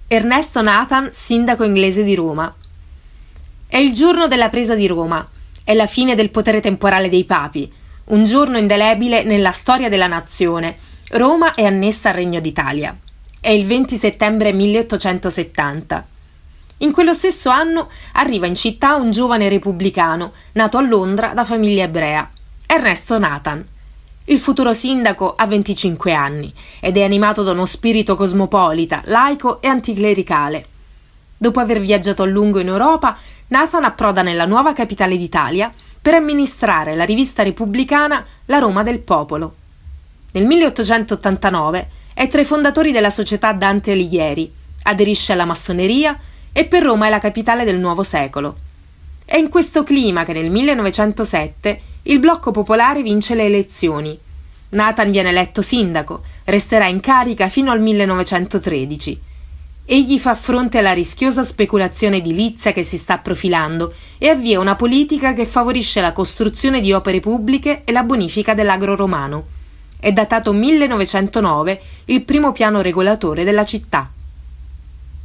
Ernesto Nathan, sindaco inglese di Roma. È il giorno della presa di Roma, è la fine del potere temporale dei papi, un giorno indelebile nella storia della nazione. Roma è annessa al Regno d'Italia. È il 20 settembre 1870. In quello stesso anno arriva in città un giovane repubblicano, nato a Londra da famiglia ebrea, Ernesto Nathan. Il futuro sindaco ha 25 anni ed è animato da uno spirito cosmopolita, laico e anticlericale. Dopo aver viaggiato a lungo in Europa, Nathan approda nella nuova capitale d'Italia per amministrare la rivista repubblicana La Roma del Popolo. Nel 1889 è tra i fondatori della società Dante Alighieri, aderisce alla massoneria e per Roma è la capitale del nuovo secolo. È in questo clima che nel 1907 il Blocco Popolare vince le elezioni. Nathan viene eletto sindaco, resterà in carica fino al 1913. Egli fa fronte alla rischiosa speculazione edilizia che si sta profilando e avvia una politica che favorisce la costruzione di opere pubbliche e la bonifica dell'agro romano. È datato 1909 il primo piano regolatore della città.